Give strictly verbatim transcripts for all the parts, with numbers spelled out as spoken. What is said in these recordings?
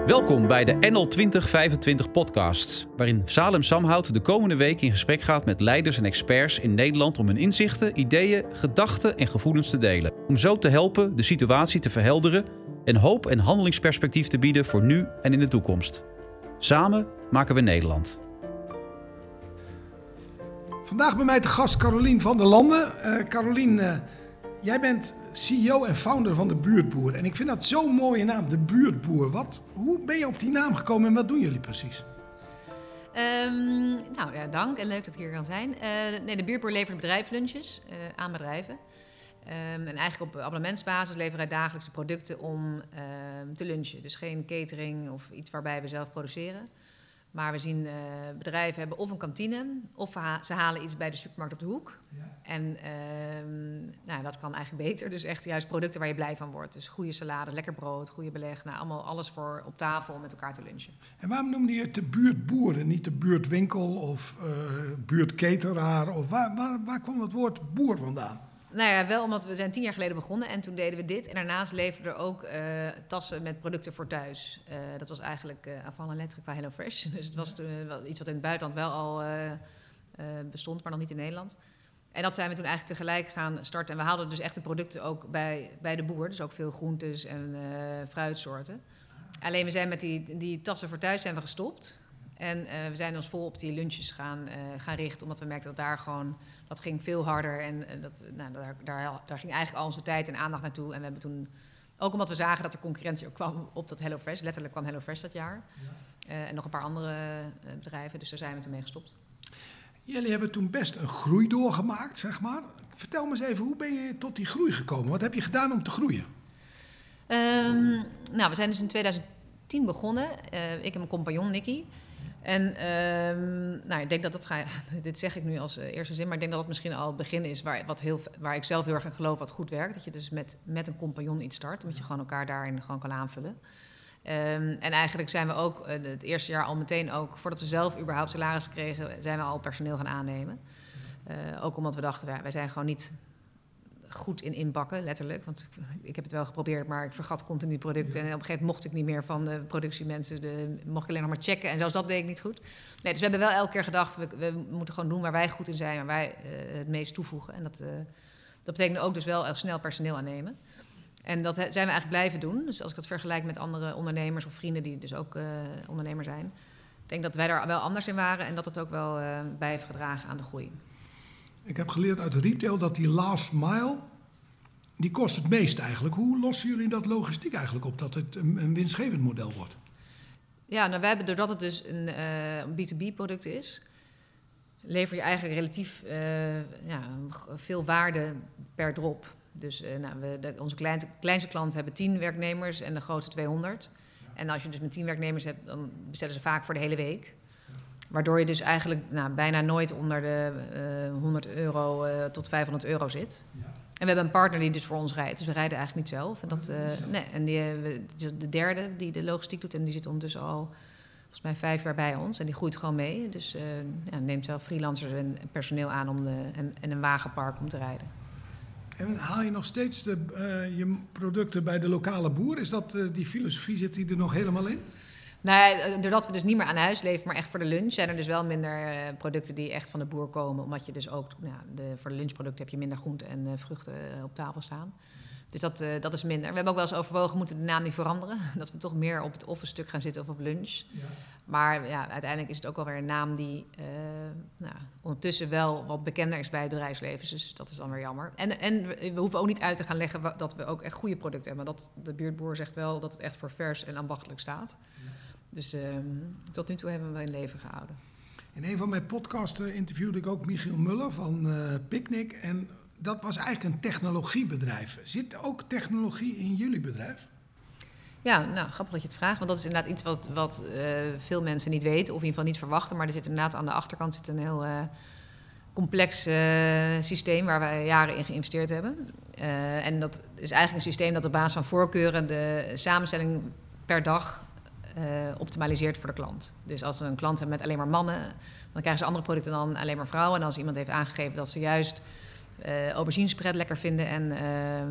Welkom bij de N L twintig vijfentwintig podcasts, waarin Salem Samhout de komende week in gesprek gaat met leiders en experts in Nederland om hun inzichten, ideeën, gedachten en gevoelens te delen. Om zo te helpen de situatie te verhelderen en hoop en handelingsperspectief te bieden voor nu en in de toekomst. Samen maken we Nederland. Vandaag bij mij te gast Carolien van der Landen. Uh, Carolien, uh, jij bent C E O en founder van De Buurtboer. En ik vind dat zo'n mooie naam, De Buurtboer. Wat, hoe ben je op die naam gekomen en wat doen jullie precies? Um, nou ja, dank en leuk dat ik hier kan zijn. Uh, nee, De Buurtboer levert bedrijfslunches uh, aan bedrijven. Um, en eigenlijk op abonnementsbasis leveren wij dagelijkse producten om uh, te lunchen. Dus geen catering of iets waarbij we zelf produceren. Maar we zien uh, bedrijven hebben of een kantine, of ha- ze halen iets bij de supermarkt op de hoek. Ja. En uh, nou, dat kan eigenlijk beter. Dus echt juist producten waar je blij van wordt. Dus goede salade, lekker brood, goede beleg. Nou, allemaal alles voor op tafel om met elkaar te lunchen. En waarom noemde je het de buurtboer en niet de buurtwinkel of uh, buurtketeraar? Of waar, waar, waar kwam het woord boer vandaan? Nou ja, wel omdat we zijn tien jaar geleden begonnen en toen deden we dit. En daarnaast leverden we ook uh, tassen met producten voor thuis. Uh, dat was eigenlijk uh, avant la lettre qua HelloFresh. Dus het was toen, uh, wel iets wat in het buitenland wel al uh, uh, bestond, maar nog niet in Nederland. En dat zijn we toen eigenlijk tegelijk gaan starten. En we haalden dus echt de producten ook bij, bij de boer. Dus ook veel groentes en uh, fruitsoorten. Alleen we zijn met die, die tassen voor thuis zijn we gestopt. En uh, we zijn ons vol op die lunches gaan, uh, gaan richten, omdat we merkten dat daar gewoon, dat ging veel harder. En uh, dat, nou, daar, daar, daar ging eigenlijk al onze tijd en aandacht naartoe. En we hebben toen, ook omdat we zagen dat er concurrentie ook kwam op dat HelloFresh, letterlijk kwam HelloFresh dat jaar. Ja. Uh, en nog een paar andere uh, bedrijven, dus daar zijn we toen mee gestopt. Jullie hebben toen best een groei doorgemaakt, zeg maar. Vertel me eens even, hoe ben je tot die groei gekomen? Wat heb je gedaan om te groeien? Um, nou, we zijn dus in twintig tien begonnen, uh, ik en mijn compagnon Nicky. En um, nou, ik denk dat dat ga, dit zeg ik nu als uh, eerste zin, maar ik denk dat het misschien al het begin is waar, wat heel, waar ik zelf heel erg in geloof wat goed werkt. Dat je dus met, met een compagnon iets start, omdat je gewoon elkaar daarin gewoon kan aanvullen. Um, en eigenlijk zijn we ook uh, het eerste jaar al meteen ook, voordat we zelf überhaupt salaris kregen, zijn we al personeel gaan aannemen. Uh, ook omdat we dachten, wij, wij zijn gewoon niet goed in inbakken, letterlijk. Want ik heb het wel geprobeerd, maar ik vergat continu producten. Ja. En op een gegeven moment mocht ik niet meer van de productiemensen. De, mocht ik alleen nog maar checken. En zelfs dat deed ik niet goed. Nee, dus we hebben wel elke keer gedacht, we, we moeten gewoon doen waar wij goed in zijn. Waar wij uh, het meest toevoegen. En dat, uh, dat betekent ook dus wel heel snel personeel aannemen. En dat zijn we eigenlijk blijven doen. Dus als ik dat vergelijk met andere ondernemers of vrienden die dus ook uh, ondernemer zijn. Ik denk dat wij daar wel anders in waren. En dat het ook wel uh, bij heeft gedragen aan de groei. Ik heb geleerd uit de retail dat die last mile, die kost het meest eigenlijk. Hoe lossen jullie dat logistiek eigenlijk op, dat het een, een winstgevend model wordt? Ja, nou wij hebben, doordat het dus een uh, B twee B product is, lever je eigenlijk relatief uh, ja, veel waarde per drop. Dus uh, nou, we, de, onze klein, kleinste klanten hebben tien werknemers en de grootste tweehonderd. Ja. En als je dus met tien werknemers hebt, dan bestellen ze vaak voor de hele week. Waardoor je dus eigenlijk nou, bijna nooit onder de uh, honderd euro uh, tot vijfhonderd euro zit. Ja. En we hebben een partner die dus voor ons rijdt. Dus we rijden eigenlijk niet zelf. En, dat, uh, nee, en die, uh, de derde die de logistiek doet, en die zit ondertussen al volgens mij vijf jaar bij ons. En die groeit gewoon mee. Dus uh, ja, neemt zelf freelancers en personeel aan om de, en, en een wagenpark om te rijden. En haal je nog steeds de, uh, je producten bij de lokale boer? Is dat uh, die filosofie, zit die er nog helemaal in? Nou, doordat we dus niet meer aan huis leven, maar echt voor de lunch, zijn er dus wel minder uh, producten die echt van de boer komen. Omdat je dus ook, nou, de, voor de lunchproducten heb je minder groenten en uh, vruchten uh, op tafel staan. Dus dat, uh, dat is minder. We hebben ook wel eens overwogen, moeten de naam niet veranderen? Dat we toch meer op het office-stuk gaan zitten of op lunch. Ja. Maar ja, uiteindelijk is het ook wel weer een naam die uh, nou, ondertussen wel wat bekender is bij het bedrijfsleven. Dus dat is dan weer jammer. En, en we hoeven ook niet uit te gaan leggen dat we ook echt goede producten hebben. Dat, de buurtboer zegt wel dat het echt voor vers en ambachtelijk staat. Ja. Dus uh, tot nu toe hebben we in leven gehouden. In een van mijn podcasts interviewde ik ook Michiel Muller van uh, Picnic. En dat was eigenlijk een technologiebedrijf. Zit ook technologie in jullie bedrijf? Ja, nou, grappig dat je het vraagt. Want dat is inderdaad iets wat, wat uh, veel mensen niet weten. Of in ieder geval niet verwachten. Maar er zit inderdaad aan de achterkant zit een heel uh, complex uh, systeem waar wij jaren in geïnvesteerd hebben. Uh, en dat is eigenlijk een systeem dat op basis van voorkeuren de samenstelling per dag Uh, optimaliseert voor de klant. Dus als we een klant hebben met alleen maar mannen, dan krijgen ze andere producten dan alleen maar vrouwen. En als iemand heeft aangegeven dat ze juist uh, auberginespread lekker vinden en uh,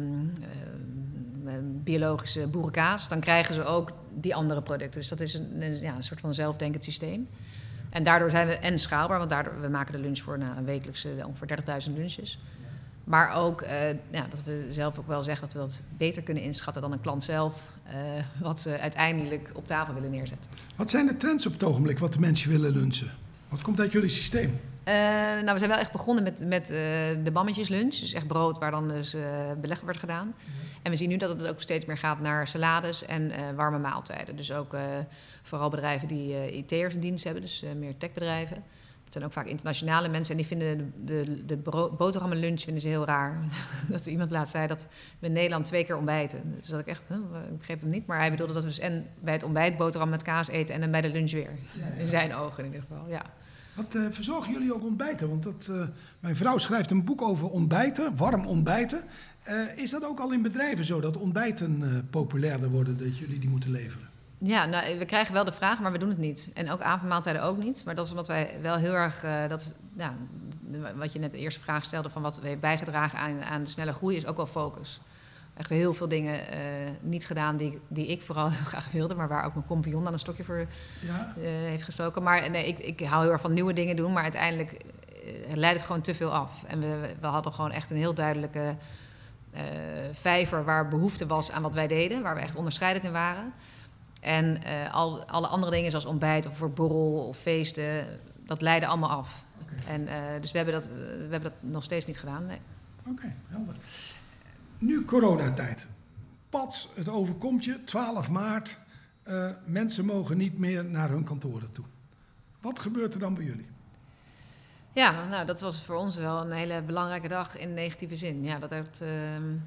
uh, biologische boerenkaas, dan krijgen ze ook die andere producten. Dus dat is een, een, ja, een soort van zelfdenkend systeem. En daardoor zijn we en schaalbaar, want daardoor, we maken de lunch voor nou, een wekelijkse ongeveer dertigduizend lunches. Maar ook uh, ja, dat we zelf ook wel zeggen dat we dat beter kunnen inschatten dan een klant zelf, uh, wat ze uiteindelijk op tafel willen neerzetten. Wat zijn de trends op het ogenblik wat de mensen willen lunchen? Wat komt uit jullie systeem? Uh, nou, we zijn wel echt begonnen met, met uh, de bammetjeslunch. Dus echt brood waar dan dus uh, beleg wordt gedaan. Mm-hmm. En we zien nu dat het ook steeds meer gaat naar salades en uh, warme maaltijden. Dus ook uh, vooral bedrijven die uh, I T'ers in dienst hebben, dus uh, meer techbedrijven. Het zijn ook vaak internationale mensen en die vinden de, de, de boterhammen lunch vinden ze heel raar. Dat iemand laatst zei dat we in Nederland twee keer ontbijten. Dus dat ik echt, huh, ik begreep hem niet. Maar hij bedoelde dat we dus en bij het ontbijt boterham met kaas eten en dan bij de lunch weer. Ja, ja. In zijn ogen in ieder geval, ja. Wat uh, verzorgen jullie ook ontbijten? Want dat, uh, mijn vrouw schrijft een boek over ontbijten, warm ontbijten. Uh, is dat ook al in bedrijven zo, dat ontbijten uh, populairder worden, dat jullie die moeten leveren? Ja, nou, we krijgen wel de vraag, maar we doen het niet. En ook avondmaaltijden ook niet. Maar dat is omdat wij wel heel erg, uh, dat, ja, wat je net de eerste vraag stelde, van wat heeft bijgedragen aan, aan de snelle groei, is ook wel focus. Echt heel veel dingen uh, niet gedaan die, die ik vooral heel graag wilde, maar waar ook mijn compagnon dan een stokje voor ja. uh, heeft gestoken. Maar nee, ik, ik hou heel erg van nieuwe dingen doen, maar uiteindelijk uh, leidt het gewoon te veel af. En we, we hadden gewoon echt een heel duidelijke uh, vijver waar behoefte was aan wat wij deden, waar we echt onderscheidend in waren. En uh, al, alle andere dingen zoals ontbijt of voor borrel of feesten, dat leidde allemaal af. Okay. En, uh, dus we hebben, dat, uh, we hebben dat nog steeds niet gedaan, nee. Oké, okay, helder. Nu coronatijd. Pats, het overkomt je, twaalf maart. Uh, mensen mogen niet meer naar hun kantoren toe. Wat gebeurt er dan bij jullie? Ja, nou, dat was voor ons wel een hele belangrijke dag in negatieve zin. Ja, dat het, uh,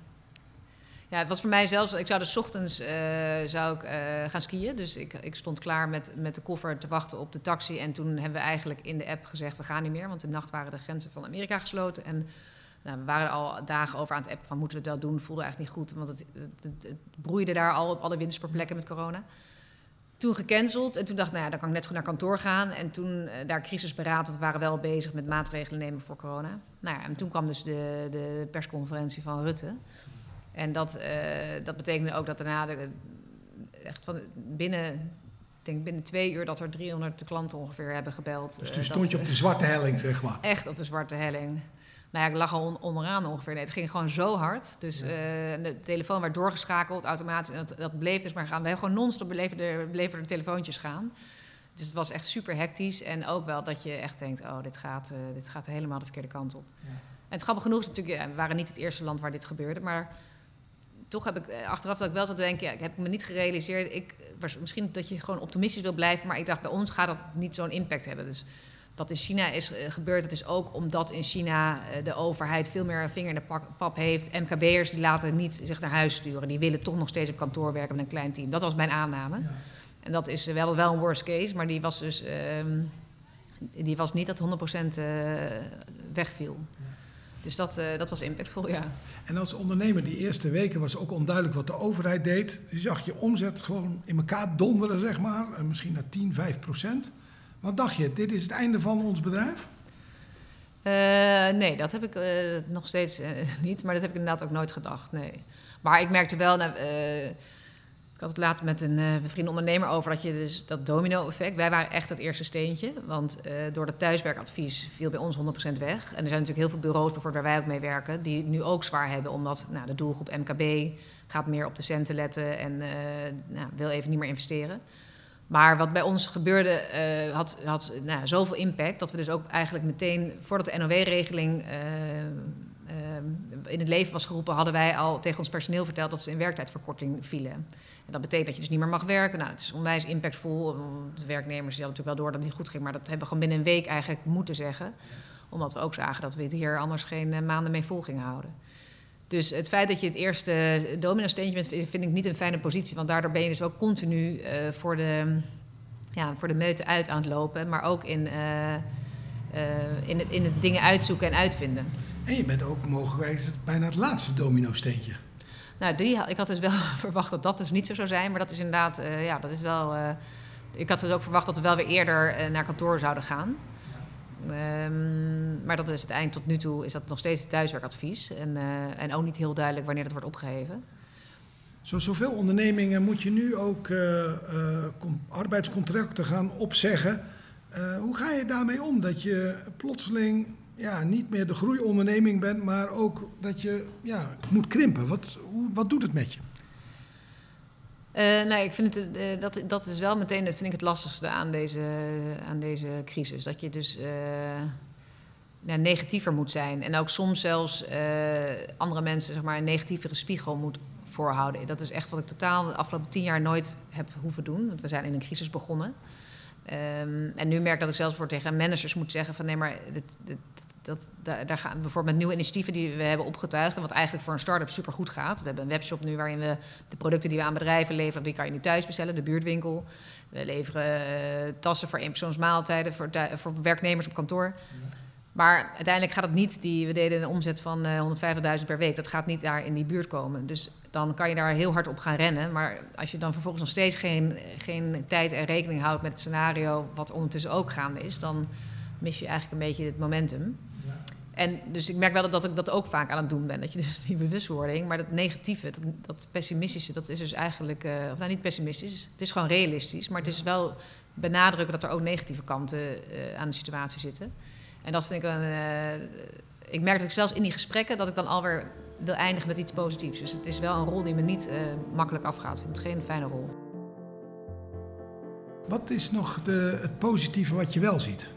ja, het was voor mij zelfs... Ik zou dus 's ochtends uh, zou ik, uh, gaan skiën. Dus ik, ik stond klaar met, met de koffer te wachten op de taxi. En toen hebben we eigenlijk in de app gezegd, we gaan niet meer. Want de nacht waren de grenzen van Amerika gesloten. En nou, we waren er al dagen over aan het appen van, moeten we het wel doen? Voelde eigenlijk niet goed, want het, het, het, het broeide daar al op alle wintersportplekken met corona. Toen gecanceld en toen dacht ik, nou ja, dan kan ik net goed naar kantoor gaan. En toen uh, daar crisisberaad, dat waren wel bezig met maatregelen nemen voor corona. Nou ja, en toen kwam dus de, de persconferentie van Rutte. En dat, uh, dat betekende ook dat daarna de, echt van binnen, ik denk binnen twee uur dat er driehonderd klanten ongeveer hebben gebeld. Dus toen stond je op de zwarte helling, zeg maar. Echt op de zwarte helling. Nou ja, ik lag al on- onderaan ongeveer. Nee, het ging gewoon zo hard. Dus uh, de telefoon werd doorgeschakeld automatisch. En dat, dat bleef dus maar gaan. We hebben gewoon non-stop beleverde, beleverde telefoontjes gaan. Dus het was echt super hectisch. En ook wel dat je echt denkt, oh, dit gaat, uh, dit gaat helemaal de verkeerde kant op. Ja. En het grappige genoeg is natuurlijk, ja, we waren niet het eerste land waar dit gebeurde. Maar toch heb ik achteraf dat ik wel zat te denken, ja, ik heb me niet gerealiseerd. Ik, was, misschien dat je gewoon optimistisch wil blijven. Maar ik dacht, bij ons gaat dat niet zo'n impact hebben. Dus wat in China is uh, gebeurd, dat is ook omdat in China uh, de overheid veel meer een vinger in de pak, pap heeft. M K B'ers die laten niet zich naar huis sturen. Die willen toch nog steeds op kantoor werken met een klein team. Dat was mijn aanname. Ja. En dat is wel, wel een worst case, maar die was dus uh, die was niet dat honderd procent uh, wegviel. Ja. Dus dat, uh, dat was impactvol, ja. En als ondernemer, die eerste weken was ook onduidelijk wat de overheid deed. Je zag je omzet gewoon in elkaar donderen, zeg maar. Uh, misschien naar tien, vijf procent. Wat dacht je, dit is het einde van ons bedrijf? Uh, nee, dat heb ik uh, nog steeds uh, niet. Maar dat heb ik inderdaad ook nooit gedacht, nee. Maar ik merkte wel, nou, uh, ik had het later met een uh, bevriende ondernemer over, dat je dus dat domino-effect, wij waren echt het eerste steentje. Want uh, door dat thuiswerkadvies viel bij ons honderd procent weg. En er zijn natuurlijk heel veel bureaus bijvoorbeeld waar wij ook mee werken, die nu ook zwaar hebben, omdat nou, de doelgroep M K B gaat meer op de centen letten en uh, nou, wil even niet meer investeren. Maar wat bij ons gebeurde uh, had, had nou, zoveel impact dat we dus ook eigenlijk meteen, voordat de N O W-regeling uh, uh, in het leven was geroepen, hadden wij al tegen ons personeel verteld dat ze in werktijdverkorting vielen. En dat betekent dat je dus niet meer mag werken. Nou, het is onwijs impactvol. De werknemers die hadden natuurlijk wel door dat het niet goed ging, maar dat hebben we gewoon binnen een week eigenlijk moeten zeggen. Omdat we ook zagen dat we het hier anders geen uh, maanden mee vol gingen houden. Dus het feit dat je het eerste domino-steentje bent, vind ik niet een fijne positie. Want daardoor ben je dus ook continu uh, voor, de, ja, voor de meute uit aan het lopen. Maar ook in, uh, uh, in, het, in het dingen uitzoeken en uitvinden. En je bent ook mogelijk bijna het laatste domino-steentje. Nou, die, ik had dus wel verwacht dat dat dus niet zo zou zijn. Maar dat is inderdaad, uh, ja, dat is wel... Uh, ik had dus ook verwacht dat we wel weer eerder uh, naar kantoor zouden gaan. Um, maar dat is het eind tot nu toe is dat nog steeds het thuiswerkadvies. En, uh, en ook niet heel duidelijk wanneer dat wordt opgeheven. Zoals zoveel ondernemingen moet je nu ook uh, uh, com- arbeidscontracten gaan opzeggen. Uh, hoe ga je daarmee om? Dat je plotseling ja, niet meer de groeionderneming bent, maar ook dat je ja, moet krimpen. Wat, hoe, wat doet het met je? Uh, nou, ik vind het, uh, dat, dat is wel meteen dat vind ik het lastigste aan deze, aan deze crisis. Dat je dus uh, nou, negatiever moet zijn. En ook soms zelfs uh, andere mensen zeg maar, een negatievere spiegel moet voorhouden. Dat is echt wat ik totaal de afgelopen tien jaar nooit heb hoeven doen. Want we zijn in een crisis begonnen. Um, en nu merk ik dat ik zelfs voor tegen managers moet zeggen van nee, maar dit, dit, dat, daar, daar gaan bijvoorbeeld met nieuwe initiatieven die we hebben opgetuigd en wat eigenlijk voor een start-up super goed gaat. We hebben een webshop nu waarin we de producten die we aan bedrijven leveren, die kan je nu thuis bestellen, de buurtwinkel. We leveren uh, tassen voor eenpersoonsmaaltijden voor, voor werknemers op kantoor. Ja. Maar uiteindelijk gaat het niet, die, we deden een omzet van uh, honderdvijftigduizend per week, dat gaat niet daar in die buurt komen. Dus dan kan je daar heel hard op gaan rennen. Maar als je dan vervolgens nog steeds geen, geen tijd en rekening houdt met het scenario, wat ondertussen ook gaande is, dan mis je eigenlijk een beetje het momentum. Ja. En dus ik merk wel dat, dat ik dat ook vaak aan het doen ben. Dat je dus die bewustwording, maar dat negatieve, dat, dat pessimistische, dat is dus eigenlijk, uh, of nou niet pessimistisch, het is gewoon realistisch. Maar het is wel benadrukken dat er ook negatieve kanten uh, aan de situatie zitten. En dat vind ik een. Uh, ik merk dat ik zelfs in die gesprekken dat ik dan alweer wil eindigen met iets positiefs. Dus het is wel een rol die me niet uh, makkelijk afgaat. Ik vind het geen fijne rol. Wat is nog de, het positieve wat je wel ziet?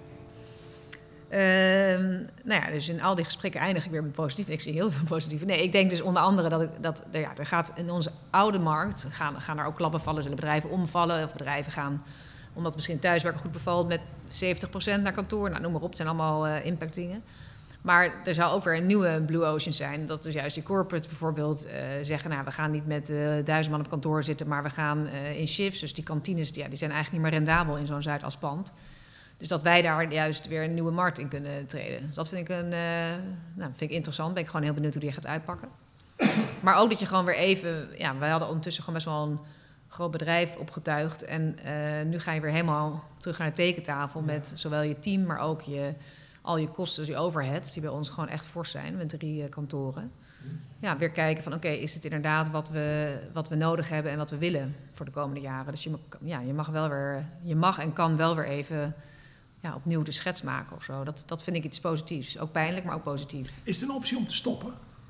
Uh, nou ja, dus in al die gesprekken eindig ik weer met positief. Ik zie heel veel positieve. Nee, ik denk dus onder andere dat, ik, dat ja, er gaat in onze oude markt gaan, gaan er ook klappen vallen, zullen bedrijven omvallen of bedrijven gaan, omdat misschien thuiswerken goed bevalt, met zeventig procent naar kantoor. Nou, noem maar op, het zijn allemaal uh, impactdingen. Maar er zou ook weer een nieuwe Blue Ocean zijn. Dat dus juist die corporates bijvoorbeeld uh, zeggen, nou, we gaan niet met uh, duizend man op kantoor zitten, maar we gaan uh, in shifts. Dus die kantines, die, ja, die zijn eigenlijk niet meer rendabel in zo'n Zuidas pand. Dus dat wij daar juist weer een nieuwe markt in kunnen treden. Dus dat vind ik, een, uh, nou, vind ik interessant. Ben ik gewoon heel benieuwd hoe die gaat uitpakken. Maar ook dat je gewoon weer even, ja, wij hadden ondertussen gewoon best wel een groot bedrijf opgetuigd. En uh, nu ga je weer helemaal terug naar de tekentafel met zowel je team, maar ook je, al je kosten, dus je overhead, die bij ons gewoon echt fors zijn, met drie uh, kantoren. Ja, weer kijken van oké, okay, is het inderdaad wat we, wat we nodig hebben en wat we willen voor de komende jaren. Dus je, ja, je mag wel weer, je mag en kan wel weer even ja, opnieuw de schets maken of zo. Dat, dat vind ik iets positiefs. Ook pijnlijk, maar ook positief. Is het een optie om te stoppen?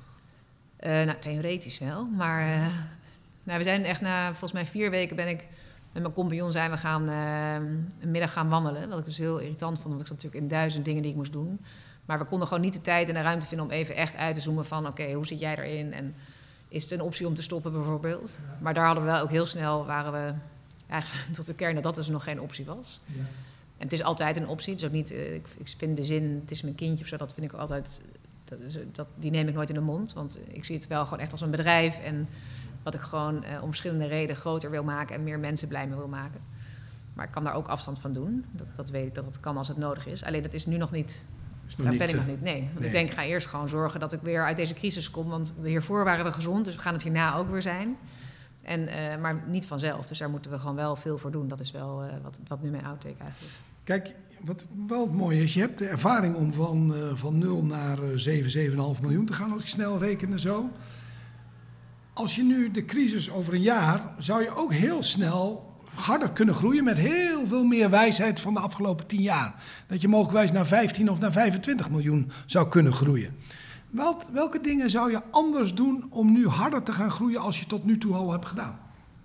Uh, nou, theoretisch wel, maar uh, nou, we zijn echt na volgens mij vier weken ben ik met mijn compagnon zijn we gaan uh, een middag gaan wandelen. Wat ik dus heel irritant vond, want ik zat natuurlijk in duizend dingen die ik moest doen. Maar we konden gewoon niet de tijd en de ruimte vinden om even echt uit te zoomen van oké, okay, hoe zit jij erin? En is het een optie om te stoppen bijvoorbeeld? Ja. Maar daar hadden we wel ook heel snel, waren we eigenlijk tot de kern dat dat dus nog geen optie was. Ja. En het is altijd een optie. Dus ook niet, uh, ik, ik vind de zin, het is mijn kindje of zo, dat vind ik altijd, dat is, dat, die neem ik nooit in de mond. Want ik zie het wel gewoon echt als een bedrijf en wat ik gewoon uh, om verschillende redenen groter wil maken en meer mensen blij mee wil maken. Maar ik kan daar ook afstand van doen. Dat, dat weet ik dat het kan als het nodig is. Alleen dat is nu nog niet, is nog daar niet, ben ik nog niet. Nee, want nee. Ik denk, ik ga eerst gewoon zorgen dat ik weer uit deze crisis kom. Want hiervoor waren we gezond, dus we gaan het hierna ook weer zijn. En, uh, maar niet vanzelf. Dus daar moeten we gewoon wel veel voor doen. Dat is wel uh, wat, wat nu mijn outtake eigenlijk is. Kijk, wat wel mooi is, je hebt de ervaring om van, uh, van nul naar uh, zeven, zeven komma vijf miljoen te gaan, als ik snel reken en zo. Als je nu de crisis over een jaar, zou je ook heel snel harder kunnen groeien met heel veel meer wijsheid van de afgelopen tien jaar. Dat je mogelijkwijs naar vijftien of naar vijfentwintig miljoen zou kunnen groeien. Wel, welke dingen zou je anders doen om nu harder te gaan groeien als je tot nu toe al hebt gedaan?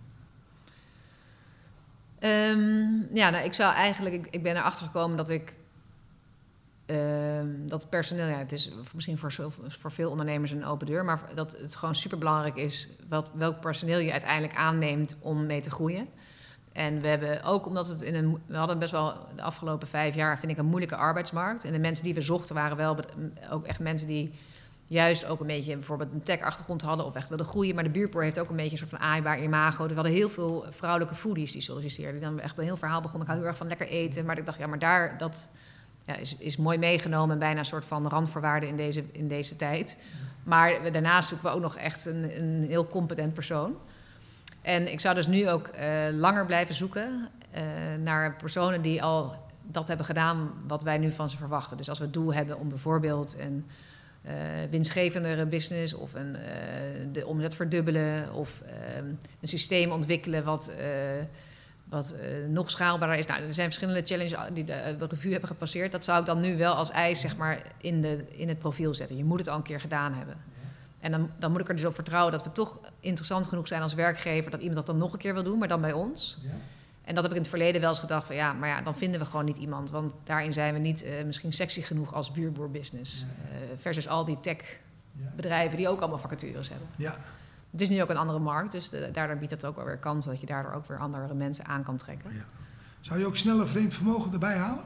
Um, ja, nou, ik zou eigenlijk, ik, ik ben erachter gekomen dat ik Uh, dat personeel, ja, het is misschien voor, voor veel ondernemers een open deur, maar dat het gewoon superbelangrijk is wat, welk personeel je uiteindelijk aanneemt om mee te groeien. En we hebben ook, omdat het in een, we hadden best wel de afgelopen vijf jaar, vind ik, een moeilijke arbeidsmarkt. En de mensen die we zochten waren wel ook echt mensen die juist ook een beetje bijvoorbeeld een tech-achtergrond hadden of echt wilden groeien. Maar de buurtboer heeft ook een beetje een soort van aaibaar imago. We hadden heel veel vrouwelijke foodies die solliciteerden. Die dan echt een heel verhaal begonnen. Ik hou heel erg van lekker eten. Maar ik dacht, ja, maar daar, dat ja, is, is mooi meegenomen en bijna een soort van randvoorwaarde in deze, in deze tijd. Maar daarnaast zoeken we ook nog echt een, een heel competent persoon. En ik zou dus nu ook uh, langer blijven zoeken uh, naar personen die al dat hebben gedaan wat wij nu van ze verwachten. Dus als we het doel hebben om bijvoorbeeld een uh, winstgevendere business of een, uh, de omzet verdubbelen of uh, een systeem ontwikkelen wat, uh, wat uh, nog schaalbaarder is. Nou, er zijn verschillende challenges die de uh, revue hebben gepasseerd. Dat zou ik dan nu wel als eis zeg maar, in, de, in het profiel zetten. Je moet het al een keer gedaan hebben. En dan, dan moet ik er dus op vertrouwen dat we toch interessant genoeg zijn als werkgever... dat iemand dat dan nog een keer wil doen, maar dan bij ons. Ja. En dat heb ik in het verleden wel eens gedacht van... ja, maar ja, dan vinden we gewoon niet iemand. Want daarin zijn we niet uh, misschien sexy genoeg als buurtboerbusiness. Uh, versus al die techbedrijven die ook allemaal vacatures hebben. Ja. Het is nu ook een andere markt, dus de, daardoor biedt het ook wel weer kans... dat je daardoor ook weer andere mensen aan kan trekken. Ja. Zou je ook sneller vreemd vermogen erbij halen?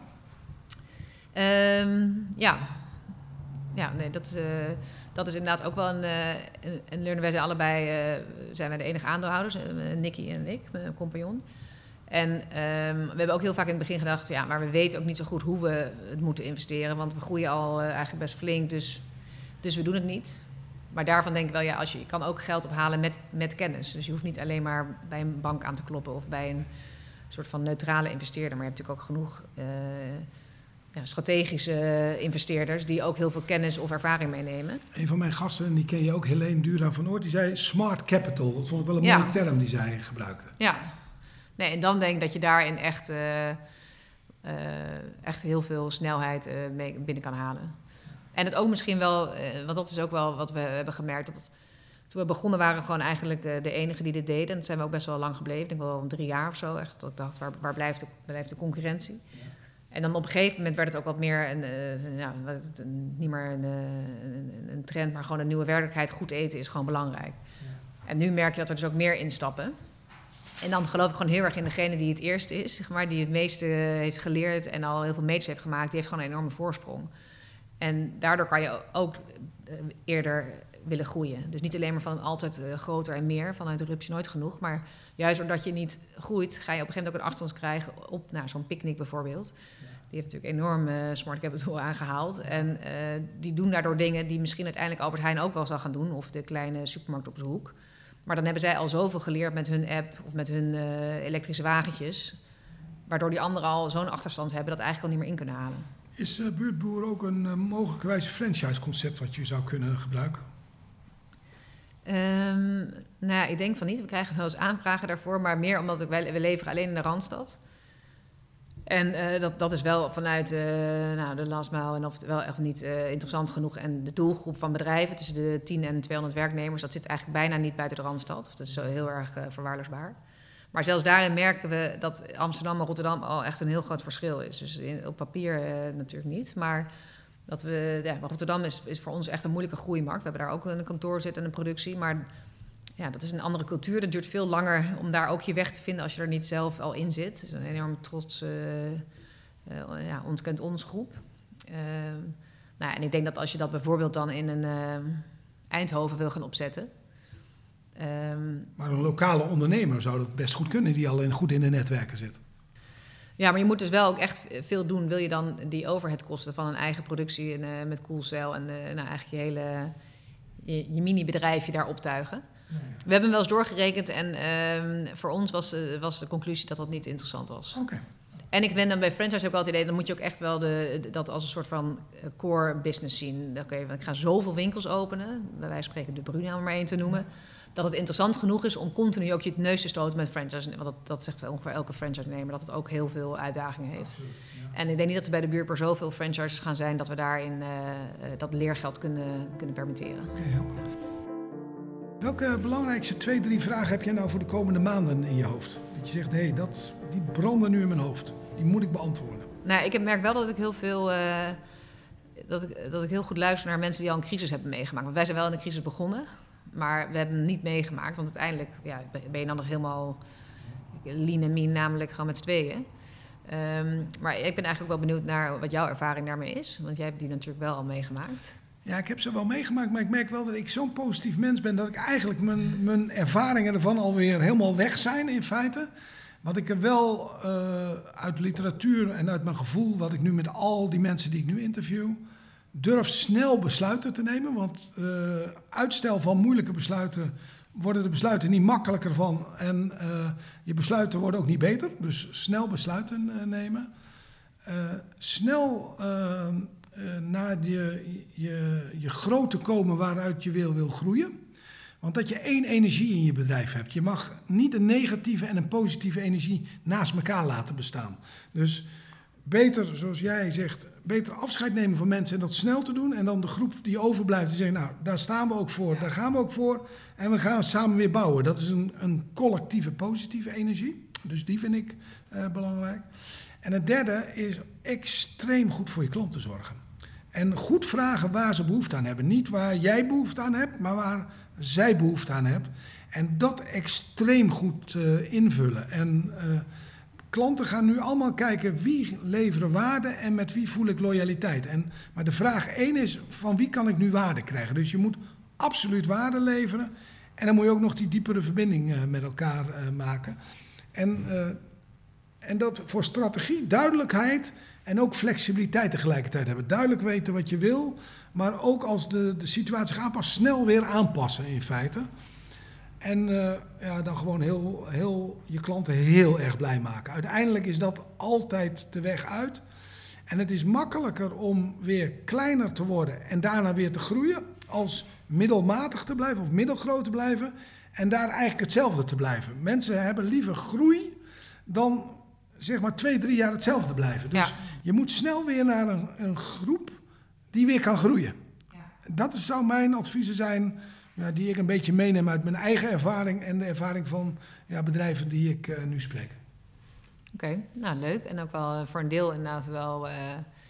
Um, ja. Ja, nee, dat... Uh, Dat is inderdaad ook wel een, een, een learning. Wij zijn allebei uh, zijn wij de enige aandeelhouders, uh, Nicky en ik, mijn compagnon. En um, we hebben ook heel vaak in het begin gedacht... ja, maar we weten ook niet zo goed hoe we het moeten investeren... want we groeien al uh, eigenlijk best flink, dus, dus we doen het niet. Maar daarvan denk ik wel, ja, als je, je kan ook geld ophalen met, met kennis. Dus je hoeft niet alleen maar bij een bank aan te kloppen... of bij een soort van neutrale investeerder. Maar je hebt natuurlijk ook genoeg... Uh, Ja, strategische investeerders die ook heel veel kennis of ervaring meenemen. Een van mijn gasten, en die ken je ook, Helene Dura van Oort, die zei smart capital. Dat vond ik wel een ja. mooie term die zij gebruikte. Ja, nee, en dan denk ik dat je daarin echt, uh, uh, echt heel veel snelheid uh, mee binnen kan halen. En het ook misschien wel, uh, want dat is ook wel wat we hebben gemerkt, dat het, toen we begonnen waren we gewoon eigenlijk uh, de enige die dit deden. En dat zijn we ook best wel lang gebleven, ik denk wel drie jaar of zo. Echt, dat ik dacht, waar, waar, blijft de, waar blijft de concurrentie? Ja. En dan op een gegeven moment werd het ook wat meer, een, uh, ja, een, niet meer een, een, een trend, maar gewoon een nieuwe werkelijkheid. Goed eten is gewoon belangrijk. Ja. En nu merk je dat er dus ook meer instappen. En dan geloof ik gewoon heel erg in degene die het eerste is, zeg maar, die het meeste heeft geleerd en al heel veel meters heeft gemaakt. Die heeft gewoon een enorme voorsprong. En daardoor kan je ook eerder willen groeien. Dus niet alleen maar van altijd uh, groter en meer, vanuit de rupsje nooit genoeg. Maar juist doordat je niet groeit, ga je op een gegeven moment ook een achterstand krijgen op nou, zo'n picknick bijvoorbeeld. Ja. Die heeft natuurlijk enorm uh, smart capital aangehaald. En uh, die doen daardoor dingen die misschien uiteindelijk Albert Heijn ook wel zal gaan doen. Of de kleine supermarkt op de hoek. Maar dan hebben zij al zoveel geleerd met hun app of met hun uh, elektrische wagentjes. Waardoor die anderen al zo'n achterstand hebben dat eigenlijk al niet meer in kunnen halen. Is uh, Buurtboer ook een uh, mogelijkerwijs franchise-concept wat je zou kunnen gebruiken? Um, nou ja, ik denk van niet. We krijgen wel eens aanvragen daarvoor, maar meer omdat ik, wij, we leveren alleen in de Randstad. En uh, dat, dat is wel vanuit uh, nou, de last mile en of het wel echt niet uh, interessant genoeg. En de doelgroep van bedrijven tussen de tien en tweehonderd werknemers, dat zit eigenlijk bijna niet buiten de Randstad. Of dat is zo heel erg uh, verwaarloosbaar. Maar zelfs daarin merken we dat Amsterdam en Rotterdam al echt een heel groot verschil is. Dus in, op papier uh, natuurlijk niet, maar... Dat we, ja, Rotterdam is, is voor ons echt een moeilijke groeimarkt. We hebben daar ook een kantoor zitten en een productie. Maar ja, dat is een andere cultuur. Dat duurt veel langer om daar ook je weg te vinden als je er niet zelf al in zit. Het is een enorm trots, uh, uh, ja, ons kent ons groep. Uh, nou, en ik denk dat als je dat bijvoorbeeld dan in een uh, Eindhoven wil gaan opzetten... Um, maar een lokale ondernemer zou dat best goed kunnen, die al in, goed in de netwerken zit. Ja, maar je moet dus wel ook echt veel doen. Wil je dan die overheadkosten van een eigen productie en, uh, met Coolcell en uh, nou, eigenlijk je hele je, je mini-bedrijfje daar optuigen? Ja, ja. We hebben hem wel eens doorgerekend en uh, voor ons was, uh, was de conclusie dat dat niet interessant was. Okay. En ik ben dan bij franchise ook altijd idee, dan moet je ook echt wel de, dat als een soort van core business zien. Oké, okay, ik ga zoveel winkels openen, bij wijze van spreken de Bruna om maar één te noemen. Ja. Dat het interessant genoeg is om continu ook je neus te stoten met franchise. Want dat, dat zegt wel ongeveer elke franchise-nemer, dat het ook heel veel uitdagingen heeft. Absoluut, ja. En ik denk niet dat er bij de Buurtboer zoveel franchises gaan zijn dat we daarin uh, dat leergeld kunnen, kunnen permitteren. Okay, ja. Welke belangrijkste twee, drie vragen heb je nou voor de komende maanden in je hoofd? Dat je zegt, hé, hey, dat die branden nu in mijn hoofd. Die moet ik beantwoorden. Nou, ik merk wel dat ik heel veel... Uh, dat, ik, dat ik heel goed luister naar mensen die al een crisis hebben meegemaakt. Want wij zijn wel in de crisis begonnen... Maar we hebben hem niet meegemaakt, want uiteindelijk ja, ben je dan nog helemaal lean en mean, namelijk gewoon met z'n tweeën. Um, maar ik ben eigenlijk ook wel benieuwd naar wat jouw ervaring daarmee is, want jij hebt die natuurlijk wel al meegemaakt. Ja, ik heb ze wel meegemaakt, maar ik merk wel dat ik zo'n positief mens ben dat ik eigenlijk mijn, mijn ervaringen ervan alweer helemaal weg zijn in feite. Wat ik er wel uh, uit literatuur en uit mijn gevoel, wat ik nu met al die mensen die ik nu interview... Durf snel besluiten te nemen, want uh, uitstel van moeilijke besluiten worden de besluiten niet makkelijker van en uh, je besluiten worden ook niet beter. Dus snel besluiten uh, nemen. uh, snel uh, uh, naar je, je, je grootte komen waaruit je wil, wil groeien. Want dat je één energie in je bedrijf hebt. Je mag niet een negatieve en een positieve energie naast elkaar laten bestaan. Dus beter, zoals jij zegt, beter afscheid nemen van mensen en dat snel te doen. En dan de groep die overblijft, die zegt, nou, daar staan we ook voor, daar gaan we ook voor. En we gaan samen weer bouwen. Dat is een, een collectieve positieve energie. Dus die vind ik uh, belangrijk. En het derde is extreem goed voor je klanten zorgen. En goed vragen waar ze behoefte aan hebben. Niet waar jij behoefte aan hebt, maar waar zij behoefte aan hebben. En dat extreem goed uh, invullen. En uh, klanten gaan nu allemaal kijken wie leveren waarde en met wie voel ik loyaliteit. En, maar de vraag één is, van wie kan ik nu waarde krijgen? Dus je moet absoluut waarde leveren. En dan moet je ook nog die diepere verbinding uh, met elkaar uh, maken. En, uh, en dat voor strategie, duidelijkheid en ook flexibiliteit tegelijkertijd hebben. Duidelijk weten wat je wil, maar ook als de, de situatie zich aanpast, snel weer aanpassen in feite. En uh, ja, dan gewoon heel, heel, je klanten heel erg blij maken. Uiteindelijk is dat altijd de weg uit. En het is makkelijker om weer kleiner te worden en daarna weer te groeien, als middelmatig te blijven of middelgroot te blijven en daar eigenlijk hetzelfde te blijven. Mensen hebben liever groei dan zeg maar twee, drie jaar hetzelfde blijven. Dus ja. Je moet snel weer naar een, een groep die weer kan groeien. Ja. Dat zou mijn adviezen zijn, ja, die ik een beetje meeneem uit mijn eigen ervaring en de ervaring van ja, bedrijven die ik uh, nu spreek. Oké, okay, nou leuk. En ook wel uh, voor een deel inderdaad wel uh,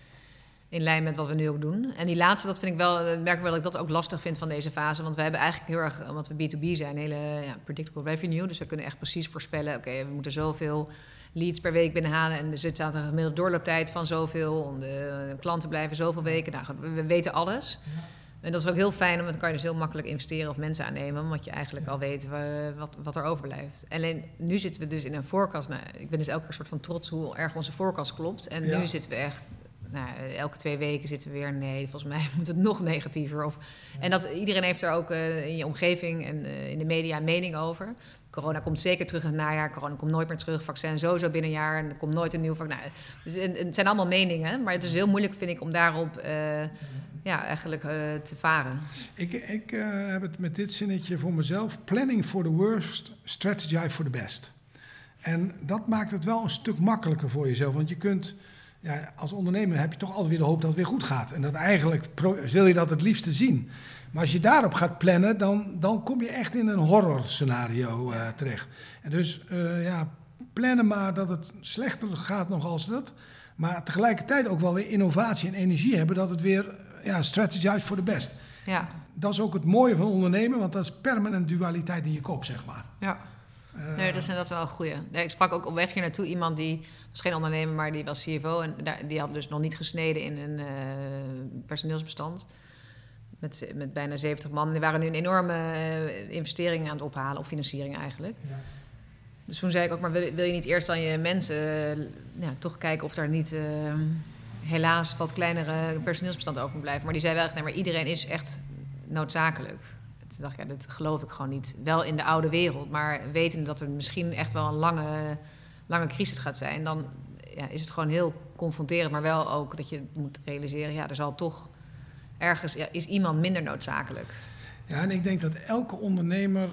in lijn met wat we nu ook doen. En die laatste, dat vind ik wel, uh, merk ik wel dat ik dat ook lastig vind van deze fase. Want wij hebben eigenlijk heel erg, omdat we B twee B zijn, hele ja, predictable revenue. Dus we kunnen echt precies voorspellen, oké, okay, we moeten zoveel leads per week binnenhalen en er zit een gemiddelde doorlooptijd van zoveel. De klanten blijven zoveel weken. Nou, we weten alles. Ja. En dat is ook heel fijn, want dan kan je dus heel makkelijk investeren of mensen aannemen, omdat je eigenlijk al weet wat, wat er overblijft. Alleen nu zitten we dus in een forecast. Nou, ik ben dus elke keer soort van trots hoe erg onze forecast klopt. En ja. Nu zitten we echt, nou, elke twee weken zitten we weer, nee, volgens mij moet het nog negatiever. Of, ja. En dat, iedereen heeft er ook uh, in je omgeving en uh, in de media een mening over. Corona komt zeker terug in het najaar, corona komt nooit meer terug, vaccin sowieso binnen een jaar en er komt nooit een nieuw vaccin. Nou, dus, en, en het zijn allemaal meningen, maar het is heel moeilijk, vind ik, om daarop uh, ja, eigenlijk uh, te varen. Ik, ik uh, heb het met dit zinnetje voor mezelf, planning for the worst, strategize for the best. En dat maakt het wel een stuk makkelijker voor jezelf, want je kunt, ja, als ondernemer heb je toch altijd weer de hoop dat het weer goed gaat. En dat eigenlijk pro- wil je dat het liefste zien. Maar als je daarop gaat plannen, dan, dan kom je echt in een horrorscenario uh, terecht. En dus uh, ja, plannen maar dat het slechter gaat nog als dat. Maar tegelijkertijd ook wel weer innovatie en energie hebben, dat het weer ja, strategize for the best. Ja. Dat is ook het mooie van ondernemen, want dat is permanent dualiteit in je kop, zeg maar. Ja. Uh, nee, dat is inderdaad wel een goeie. Ik sprak ook op weg hier naartoe iemand die was geen ondernemer, maar die was C F O en daar, die had dus nog niet gesneden in een uh, personeelsbestand. Met, met bijna zeventig man. Die waren nu een enorme uh, investering aan het ophalen, of financiering eigenlijk. Ja. Dus toen zei ik ook, maar wil, wil je niet eerst aan je mensen uh, ja, toch kijken of daar niet uh, helaas wat kleinere personeelsbestand over moet blijven. Maar die zei wel echt, nee, maar iedereen is echt noodzakelijk. Toen dacht ik, ja, dat geloof ik gewoon niet. Wel in de oude wereld, maar wetende dat er misschien echt wel een lange, lange crisis gaat zijn, dan ja, is het gewoon heel confronterend, maar wel ook dat je moet realiseren, ja, er zal toch ergens, ja, is iemand minder noodzakelijk. Ja, en ik denk dat elke ondernemer,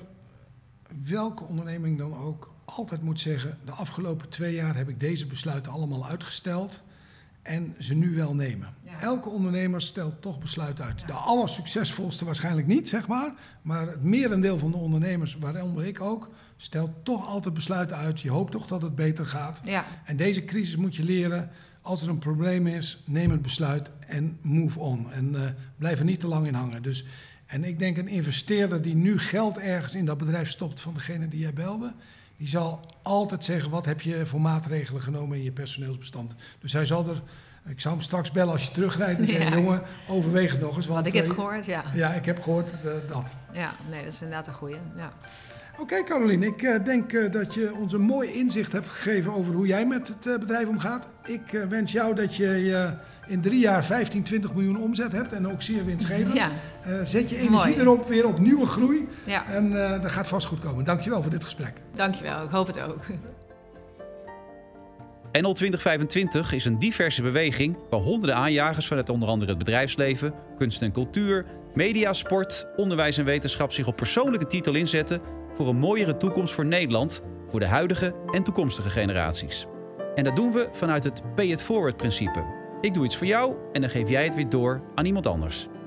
welke onderneming dan ook, altijd moet zeggen, de afgelopen twee jaar heb ik deze besluiten allemaal uitgesteld en ze nu wel nemen. Ja. Elke ondernemer stelt toch besluiten uit. Ja. De allersuccesvolste waarschijnlijk niet, zeg maar, maar het merendeel van de ondernemers, waaronder ik ook, stelt toch altijd besluiten uit. Je hoopt toch dat het beter gaat. Ja. En deze crisis moet je leren, als er een probleem is, neem het besluit en move on. En uh, blijf er niet te lang in hangen. Dus, en ik denk een investeerder die nu geld ergens in dat bedrijf stopt van degene die jij belde, die zal altijd zeggen, wat heb je voor maatregelen genomen in je personeelsbestand. Dus hij zal er, ik zou hem straks bellen als je terugrijdt en ja. zeggen, jongen, overweeg het nog eens. Want, wat ik heb uh, gehoord, ja. Ja, ik heb gehoord uh, dat. Ja, nee, dat is inderdaad een goeie, ja. Oké, okay, Carolien, ik uh, denk uh, dat je ons een mooi inzicht hebt gegeven over hoe jij met het uh, bedrijf omgaat. Ik uh, wens jou dat je uh, in drie jaar vijftien, twintig miljoen omzet hebt en ook zeer winstgevend. Ja. Uh, zet je energie mooi. Erop, weer op nieuwe groei. Ja. En uh, dat gaat vast goed komen. Dankjewel voor dit gesprek. Dankjewel, ik hoop het ook. N L twintig vijfentwintig is een diverse beweging waar honderden aanjagers vanuit onder andere het bedrijfsleven, kunst en cultuur, media, sport, onderwijs en wetenschap zich op persoonlijke titel inzetten voor een mooiere toekomst voor Nederland, voor de huidige en toekomstige generaties. En dat doen we vanuit het pay it forward principe. Ik doe iets voor jou en dan geef jij het weer door aan iemand anders.